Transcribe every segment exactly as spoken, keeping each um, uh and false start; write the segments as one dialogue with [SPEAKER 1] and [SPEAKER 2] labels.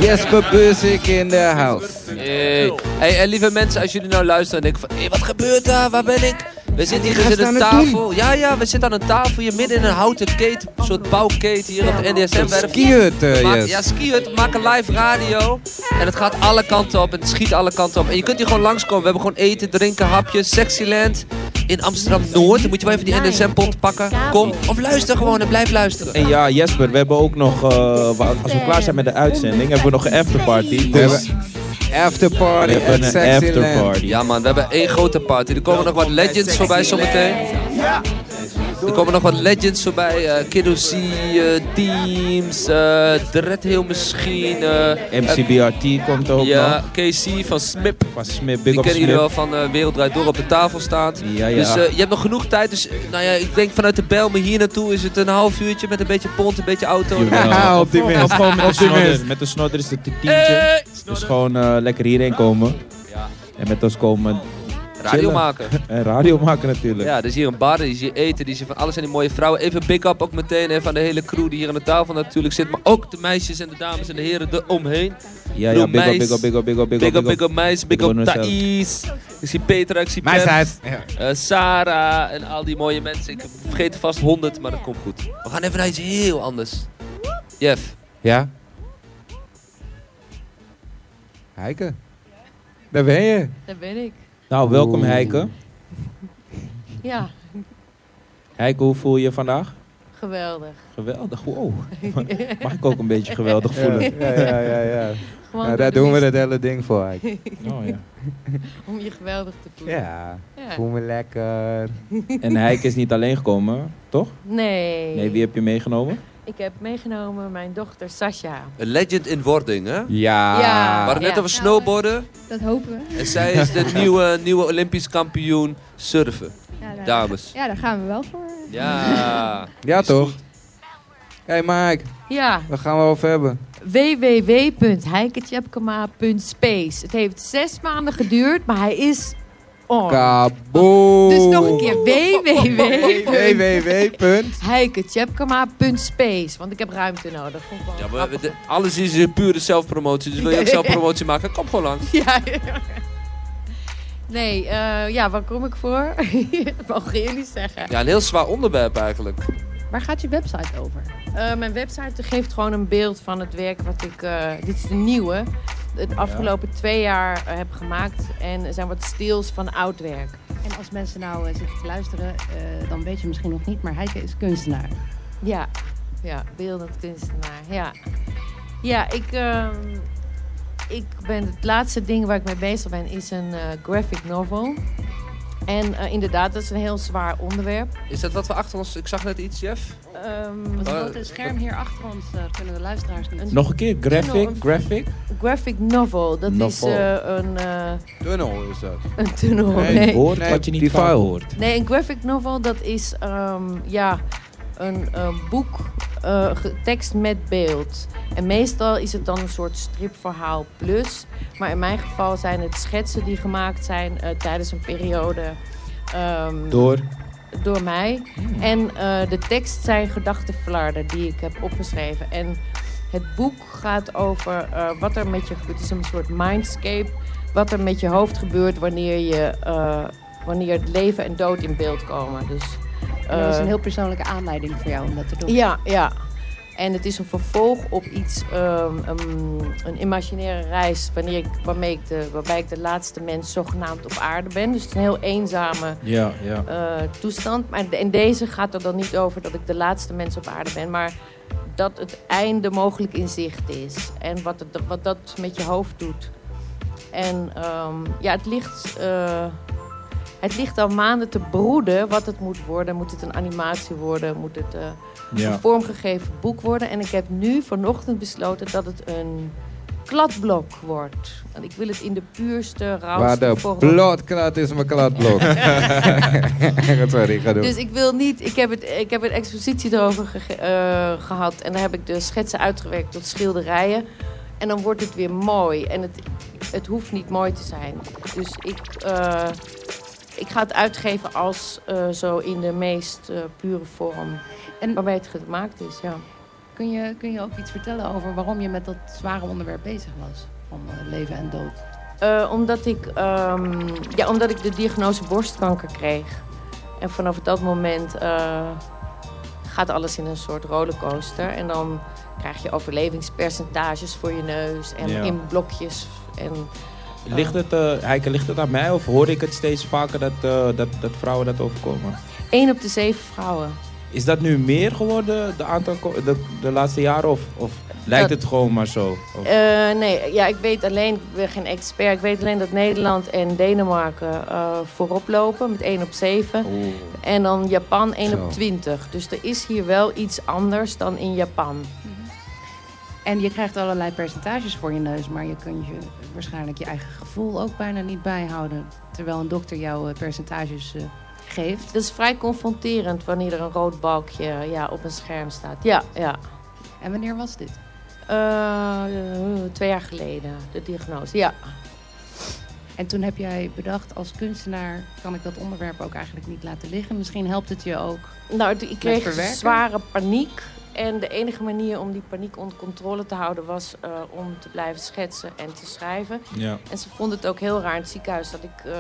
[SPEAKER 1] Jesper Beursik in the house.
[SPEAKER 2] Hey. Hey, en lieve mensen, als jullie nou luisteren en denken van... Hé, hey, wat gebeurt daar? Waar ben ik? We zitten hier dus in een tafel. Ja, ja, we zitten aan een tafel hier midden in een houten kate. Een soort bouwkate hier op de N D S M-werf.
[SPEAKER 1] Skihut, uh,
[SPEAKER 2] Maak,
[SPEAKER 1] yes.
[SPEAKER 2] Ja, skihut. We maken live radio. En het gaat alle kanten op. En het schiet alle kanten op. En je kunt hier gewoon langskomen. We hebben gewoon eten, drinken, hapjes. Sexyland in Amsterdam-Noord. Dan moet je wel even die N D S M-pot pakken. Kom. Of luister gewoon en blijf luisteren.
[SPEAKER 3] En ja, Jesper, we hebben ook nog... Uh, als we klaar zijn met de uitzending, hebben we nog een afterparty.
[SPEAKER 1] We hebben afterparty
[SPEAKER 3] We hebben
[SPEAKER 1] at
[SPEAKER 3] een
[SPEAKER 1] Sexyland.
[SPEAKER 3] afterparty.
[SPEAKER 2] Ja man, we hebben één grote party. Er komen nog wat legends voorbij zometeen. Er komen nog wat legends voorbij. Uh, Kiddo C, uh, Teams, uh, de Red Hill misschien. Uh,
[SPEAKER 3] M C B R T komt ook
[SPEAKER 2] ja,
[SPEAKER 3] nog.
[SPEAKER 2] K C van Smip.
[SPEAKER 3] Van Smip, big
[SPEAKER 2] Die
[SPEAKER 3] up
[SPEAKER 2] kennen jullie wel
[SPEAKER 3] Smip.
[SPEAKER 2] van uh, Wereld Draait Door op de tafel staat.
[SPEAKER 3] Ja, ja.
[SPEAKER 2] Dus uh, je hebt nog genoeg tijd. Dus uh, nou ja, ik denk vanuit de Bijlmer hier naartoe is het een half uurtje met een beetje pont, een beetje auto.
[SPEAKER 1] Ja, op die
[SPEAKER 3] Of
[SPEAKER 1] minst.
[SPEAKER 3] gewoon met de
[SPEAKER 1] Op die minst.
[SPEAKER 3] snodder. Met de snodder is het een tientje.
[SPEAKER 2] Hey,
[SPEAKER 3] Dus gewoon uh, lekker hierheen komen.
[SPEAKER 2] Ja.
[SPEAKER 3] En met ons komen
[SPEAKER 2] Radio
[SPEAKER 3] chillen.
[SPEAKER 2] maken.
[SPEAKER 3] En radio maken natuurlijk.
[SPEAKER 2] Ja, er is hier een bar, er is hier eten, er is hier van alles en die mooie vrouwen. Even big up ook meteen even aan de hele crew die hier aan de tafel natuurlijk zit. Maar ook de meisjes en de dames en de heren eromheen.
[SPEAKER 3] Ja,
[SPEAKER 2] Doe
[SPEAKER 3] ja, big up,
[SPEAKER 2] meis.
[SPEAKER 3] big up, big up, big up, big
[SPEAKER 2] Big
[SPEAKER 3] up,
[SPEAKER 2] up, big up meis, big
[SPEAKER 3] Big
[SPEAKER 2] up
[SPEAKER 3] up
[SPEAKER 2] Thais. Ik zie Petra, ik zie
[SPEAKER 1] Mijn
[SPEAKER 2] Pep,
[SPEAKER 1] huis.
[SPEAKER 2] uh, Sarah en al die mooie mensen. Ik vergeet er vast honderd, maar dat komt goed. We gaan even naar iets heel anders. Jeff.
[SPEAKER 1] Ja? Heike? Daar ben je.
[SPEAKER 4] Daar ben ik.
[SPEAKER 3] Nou, welkom
[SPEAKER 1] Oeh.
[SPEAKER 3] Heike.
[SPEAKER 4] Ja,
[SPEAKER 3] Heike, hoe voel je je vandaag?
[SPEAKER 4] geweldig.
[SPEAKER 3] Geweldig, wow. Mag ik ook een beetje geweldig voelen?
[SPEAKER 1] Ja, ja, ja. ja.
[SPEAKER 4] Gewoon
[SPEAKER 1] Nou,
[SPEAKER 4] door
[SPEAKER 1] daar
[SPEAKER 4] de
[SPEAKER 1] doen we
[SPEAKER 4] liefde
[SPEAKER 1] het hele ding voor. Heike.
[SPEAKER 3] Oh, ja.
[SPEAKER 4] Om je geweldig te voelen.
[SPEAKER 1] Ja,
[SPEAKER 4] Ja.
[SPEAKER 1] voel me lekker.
[SPEAKER 3] En Heike is niet alleen gekomen, toch?
[SPEAKER 4] Nee.
[SPEAKER 3] Nee, wie heb je meegenomen?
[SPEAKER 4] Ik heb meegenomen mijn dochter Sasha.
[SPEAKER 2] Een legend in wording, hè? We
[SPEAKER 1] Ja.
[SPEAKER 4] Ja.
[SPEAKER 2] hadden net
[SPEAKER 4] Ja.
[SPEAKER 2] over snowboarden.
[SPEAKER 5] Dat hopen we.
[SPEAKER 2] En zij is de nieuwe, nieuwe Olympisch kampioen surfen.
[SPEAKER 5] Ja, daar,
[SPEAKER 2] Dames.
[SPEAKER 5] ja, daar gaan we wel voor.
[SPEAKER 2] Ja.
[SPEAKER 1] Ja, toch? Hé, hey Mike,
[SPEAKER 4] Ja,
[SPEAKER 1] waar gaan we over hebben?
[SPEAKER 4] w w w punt heiketjepkema punt space. Het heeft zes maanden geduurd, maar hij is on.
[SPEAKER 1] Kaboom!
[SPEAKER 4] Dus nog een keer w w w punt
[SPEAKER 1] w w w punt
[SPEAKER 4] heiketjepkema punt space. Want ik heb ruimte nodig. Vond ik wel
[SPEAKER 2] Ja, maar
[SPEAKER 4] grappig.
[SPEAKER 2] de- alles is hier pure zelfpromotie. Dus wil je ook zelfpromotie maken? Kom gewoon langs.
[SPEAKER 4] Ja. Nee, eh, ja, waar kom ik voor? Mogen jullie zeggen.
[SPEAKER 2] Ja, een heel zwaar onderwerp eigenlijk.
[SPEAKER 5] Waar gaat je website over?
[SPEAKER 4] Eh, mijn website geeft gewoon een beeld van het werk wat ik... eh, dit is de nieuwe. Het afgelopen twee jaar eh, heb gemaakt. En er zijn wat stils van oud werk.
[SPEAKER 5] En als mensen nou eh, zitten te luisteren, eh, dan weet je misschien nog niet, maar Heike is kunstenaar.
[SPEAKER 4] Ja, ja, beeldend kunstenaar. Ja, ja ik, ehm, ik ben het laatste ding waar ik mee bezig ben is een eh, graphic novel. En eh, inderdaad, dat is een heel zwaar onderwerp.
[SPEAKER 2] Is dat wat we achter ons... Ik zag net iets, Jeff.
[SPEAKER 4] Ehm,
[SPEAKER 5] Het
[SPEAKER 2] Uh,
[SPEAKER 5] grote scherm hier achter ons uh, kunnen de luisteraars niet zien.
[SPEAKER 3] Nog een keer, graphic,
[SPEAKER 4] Een-
[SPEAKER 3] graphic.
[SPEAKER 4] graphic novel, dat
[SPEAKER 3] Novel.
[SPEAKER 4] is eh, een, eh,
[SPEAKER 1] Tunnel is dat.
[SPEAKER 4] een tunnel.
[SPEAKER 1] Nee,
[SPEAKER 4] Nee.
[SPEAKER 3] Woord
[SPEAKER 1] nee,
[SPEAKER 3] wat je niet
[SPEAKER 1] die
[SPEAKER 3] vaak
[SPEAKER 1] file.
[SPEAKER 3] hoort.
[SPEAKER 4] Nee, een graphic novel, dat is ehm, ja, een eh, boek, eh, ge- tekst met beeld. En meestal is het dan een soort stripverhaal plus. Maar in mijn geval zijn het schetsen die gemaakt zijn eh, tijdens een periode ehm,
[SPEAKER 3] Door.
[SPEAKER 4] door mij. En eh, de tekst zijn gedachtenflarden die ik heb opgeschreven. En het boek gaat over eh, wat er met je gebeurt. Het is een soort mindscape. Wat er met je hoofd gebeurt wanneer, je, eh, wanneer het leven en dood in beeld komen. Dus,
[SPEAKER 5] En dat is
[SPEAKER 4] eh,
[SPEAKER 5] een heel persoonlijke aanleiding voor jou om dat te doen.
[SPEAKER 4] ja, ja. En het is een vervolg op iets, um, um, een imaginaire reis wanneer ik, waarmee ik de, waarbij ik de laatste mens zogenaamd op aarde ben. Dus het is een heel eenzame
[SPEAKER 3] Ja, ja.
[SPEAKER 4] uh, toestand. Maar in deze gaat er dan niet over dat ik de laatste mens op aarde ben, maar dat het einde mogelijk in zicht is. En wat, het, wat dat met je hoofd doet. En um, ja, het ligt... Uh, Het ligt al maanden te broeden wat het moet worden. Moet het een animatie worden? Moet het uh,
[SPEAKER 3] Ja.
[SPEAKER 4] een vormgegeven boek worden? En ik heb nu vanochtend besloten dat het een kladblok wordt. En ik wil het in de puurste, rauwste
[SPEAKER 1] Waar de
[SPEAKER 4] vorm.
[SPEAKER 1] bloedklad is mijn kladblok. Sorry, ga doen.
[SPEAKER 4] Dus ik wil niet... Ik heb, het, ik heb een expositie erover ge, uh, gehad. En daar heb ik de schetsen uitgewerkt tot schilderijen. En dan wordt het weer mooi. En het, het hoeft niet mooi te zijn. Dus ik... Uh, Ik ga het uitgeven als uh, zo in de meest uh, pure vorm
[SPEAKER 5] En
[SPEAKER 4] waarbij het gemaakt is, ja.
[SPEAKER 5] Kun je, kun je ook iets vertellen over waarom je met dat zware onderwerp bezig was? Van uh, leven en dood.
[SPEAKER 4] Uh, omdat, ik, um, ja, omdat ik de diagnose borstkanker kreeg. En vanaf dat moment uh, gaat alles in een soort rollercoaster. En dan krijg je overlevingspercentages voor je neus en
[SPEAKER 3] Ja.
[SPEAKER 4] in blokjes. En, uh,
[SPEAKER 3] Ligt het, uh, Heike, ligt het aan mij of hoor ik het steeds vaker dat, uh, dat, dat vrouwen dat overkomen?
[SPEAKER 4] één op de zeven vrouwen.
[SPEAKER 3] Is dat nu meer geworden de, aantal, ko- de, de laatste jaren of, of lijkt
[SPEAKER 4] Dat-
[SPEAKER 3] het gewoon maar zo? Of-
[SPEAKER 4] Uh, nee, ja, ik weet alleen, ik ben geen expert, ik weet alleen dat Nederland en Denemarken uh, voorop lopen met één op zeven.
[SPEAKER 3] Oeh.
[SPEAKER 4] En dan Japan één
[SPEAKER 1] Zo.
[SPEAKER 4] op twintig. Dus er is hier wel iets anders dan in Japan.
[SPEAKER 5] En je krijgt allerlei percentages voor je neus, maar je kunt je waarschijnlijk je eigen gevoel ook bijna niet bijhouden. Terwijl een dokter jou uh, percentages uh, geeft.
[SPEAKER 4] Dat is vrij confronterend wanneer er een rood balkje ja, op een scherm staat. Ja, ja.
[SPEAKER 5] En wanneer was dit?
[SPEAKER 4] Uh, uh, twee jaar geleden, de diagnose. Ja.
[SPEAKER 5] En toen heb jij bedacht, als kunstenaar kan ik dat onderwerp ook eigenlijk niet laten liggen. Misschien helpt het je ook.
[SPEAKER 4] Nou, ik kreeg
[SPEAKER 5] verwerken?
[SPEAKER 4] zware paniek. En de enige manier om die paniek onder controle te houden was uh, om te blijven schetsen en te schrijven.
[SPEAKER 3] Ja.
[SPEAKER 4] En ze vonden het ook heel raar in het ziekenhuis dat ik uh,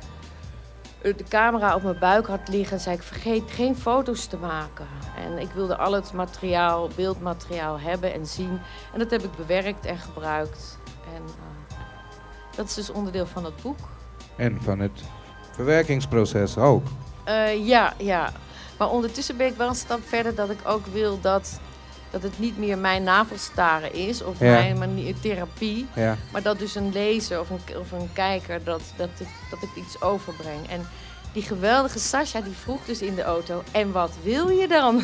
[SPEAKER 4] de camera op mijn buik had liggen. En zei ik, vergeet geen foto's te maken. En ik wilde al het materiaal, beeldmateriaal hebben en zien. En dat heb ik bewerkt en gebruikt. En uh, dat is dus onderdeel van dat boek.
[SPEAKER 1] En van het verwerkingsproces ook.
[SPEAKER 4] Uh, ja, ja. Maar ondertussen ben ik wel een stap verder dat ik ook wil dat, dat het niet meer mijn navelstaren is of
[SPEAKER 1] Ja.
[SPEAKER 4] mijn manier, therapie.
[SPEAKER 1] Ja.
[SPEAKER 4] Maar dat dus een lezer of een, of een kijker, dat, dat, ik, dat ik iets overbreng. En die geweldige Sascha, die vroeg dus in de auto, en wat wil je dan?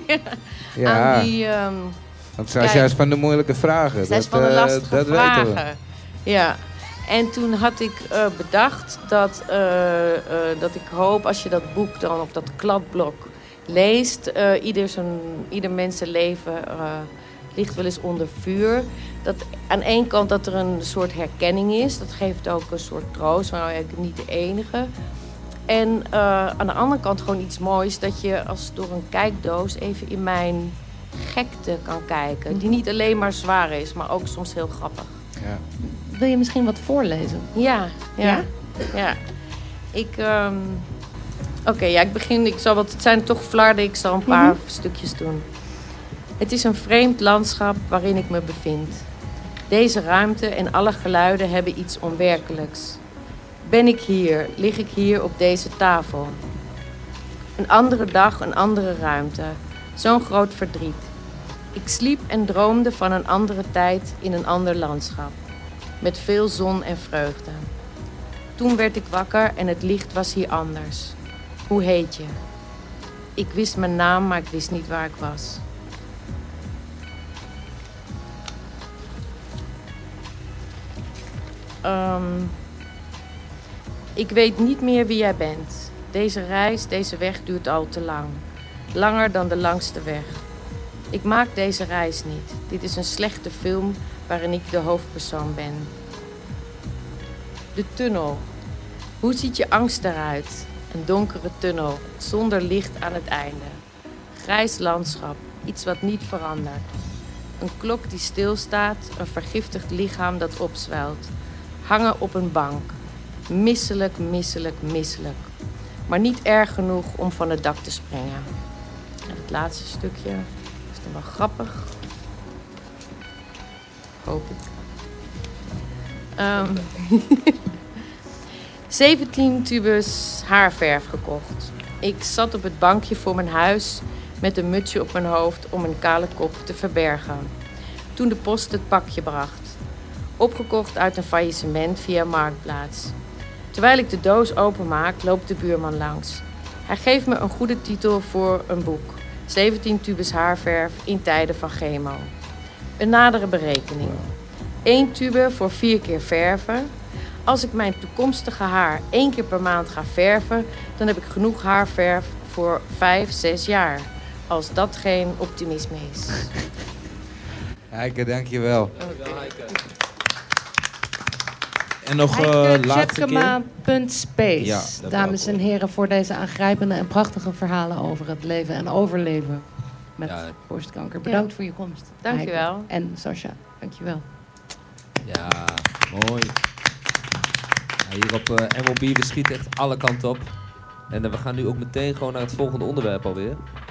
[SPEAKER 1] Ja,
[SPEAKER 4] Aan die, um,
[SPEAKER 1] want Sascha
[SPEAKER 4] kijk,
[SPEAKER 1] is van de moeilijke vragen.
[SPEAKER 4] zij is
[SPEAKER 1] dat,
[SPEAKER 4] van de
[SPEAKER 1] eh,
[SPEAKER 4] lastige
[SPEAKER 1] dat
[SPEAKER 4] vragen.
[SPEAKER 1] weten we.
[SPEAKER 4] Ja. En toen had ik uh, bedacht dat, uh, uh, dat ik hoop, als je dat boek dan, of dat kladblok leest, uh, ieder, zijn, ieder mensenleven uh, ligt wel eens onder vuur. Dat aan één kant dat er een soort herkenning is, dat geeft ook een soort troost, maar nou, ik ben niet de enige. En uh, aan de andere kant gewoon iets moois, dat je als door een kijkdoos even in mijn gekte kan kijken. Die niet alleen maar zwaar is, maar ook soms heel grappig.
[SPEAKER 1] Ja.
[SPEAKER 5] Wil je misschien wat voorlezen?
[SPEAKER 4] Ja, ja,
[SPEAKER 5] Ja?
[SPEAKER 4] ja. Ik, um... Oké, ja, ik begin, ik zal wat, het zijn toch flarden, ik zal een paar
[SPEAKER 5] Mhm.
[SPEAKER 4] stukjes doen. Het is een vreemd landschap waarin ik me bevind. Deze ruimte en alle geluiden hebben iets onwerkelijks. Ben ik hier, lig ik hier op deze tafel. Een andere dag, een andere ruimte. Zo'n groot verdriet. Ik sliep en droomde van een andere tijd in een ander landschap. Met veel zon en vreugde. Toen werd ik wakker en het licht was hier anders. Hoe heet je? Ik wist mijn naam, maar ik wist niet waar ik was. Um, ik weet niet meer wie jij bent. Deze reis, deze weg duurt al te lang. Langer dan de langste weg. Ik maak deze reis niet. Dit is een slechte film waarin ik de hoofdpersoon ben. De tunnel. Hoe ziet je angst eruit? Een donkere tunnel, zonder licht aan het einde. Grijs landschap, iets wat niet verandert. Een klok die stilstaat, een vergiftigd lichaam dat opzwelt. Hangen op een bank. Misselijk, misselijk, misselijk. Maar niet erg genoeg om van het dak te springen. En het laatste stukje is dan wel grappig. Hoop ik. Um, zeventien tubes haarverf gekocht. Ik zat op het bankje voor mijn huis met een mutsje op mijn hoofd om een kale kop te verbergen. Toen de post het pakje bracht. Opgekocht uit een faillissement via Marktplaats. Terwijl ik de doos openmaak, loopt de buurman langs. Hij geeft me een goede titel voor een boek. zeventien tubes haarverf in tijden van chemo. Een nadere berekening. Eén tube voor vier keer verven. Als ik mijn toekomstige haar één keer per maand ga verven, dan heb ik genoeg haarverf voor vijf, zes jaar. Als dat geen optimisme is.
[SPEAKER 1] Heike, dankjewel.
[SPEAKER 3] En nog uh, laatste keer.
[SPEAKER 5] punt space.
[SPEAKER 3] Ja, dat
[SPEAKER 5] Dames
[SPEAKER 3] wou
[SPEAKER 5] en
[SPEAKER 3] ik
[SPEAKER 5] heren, voor deze aangrijpende en prachtige verhalen over het leven en overleven. met
[SPEAKER 2] Ja.
[SPEAKER 5] borstkanker. Bedankt voor je komst.
[SPEAKER 4] Dankjewel.
[SPEAKER 5] Heike. En Sascha, dankjewel.
[SPEAKER 2] Ja, mooi. Ja, hier op uh, M L B, we schieten echt alle kanten op. En uh, we gaan nu ook meteen gewoon naar het volgende onderwerp alweer.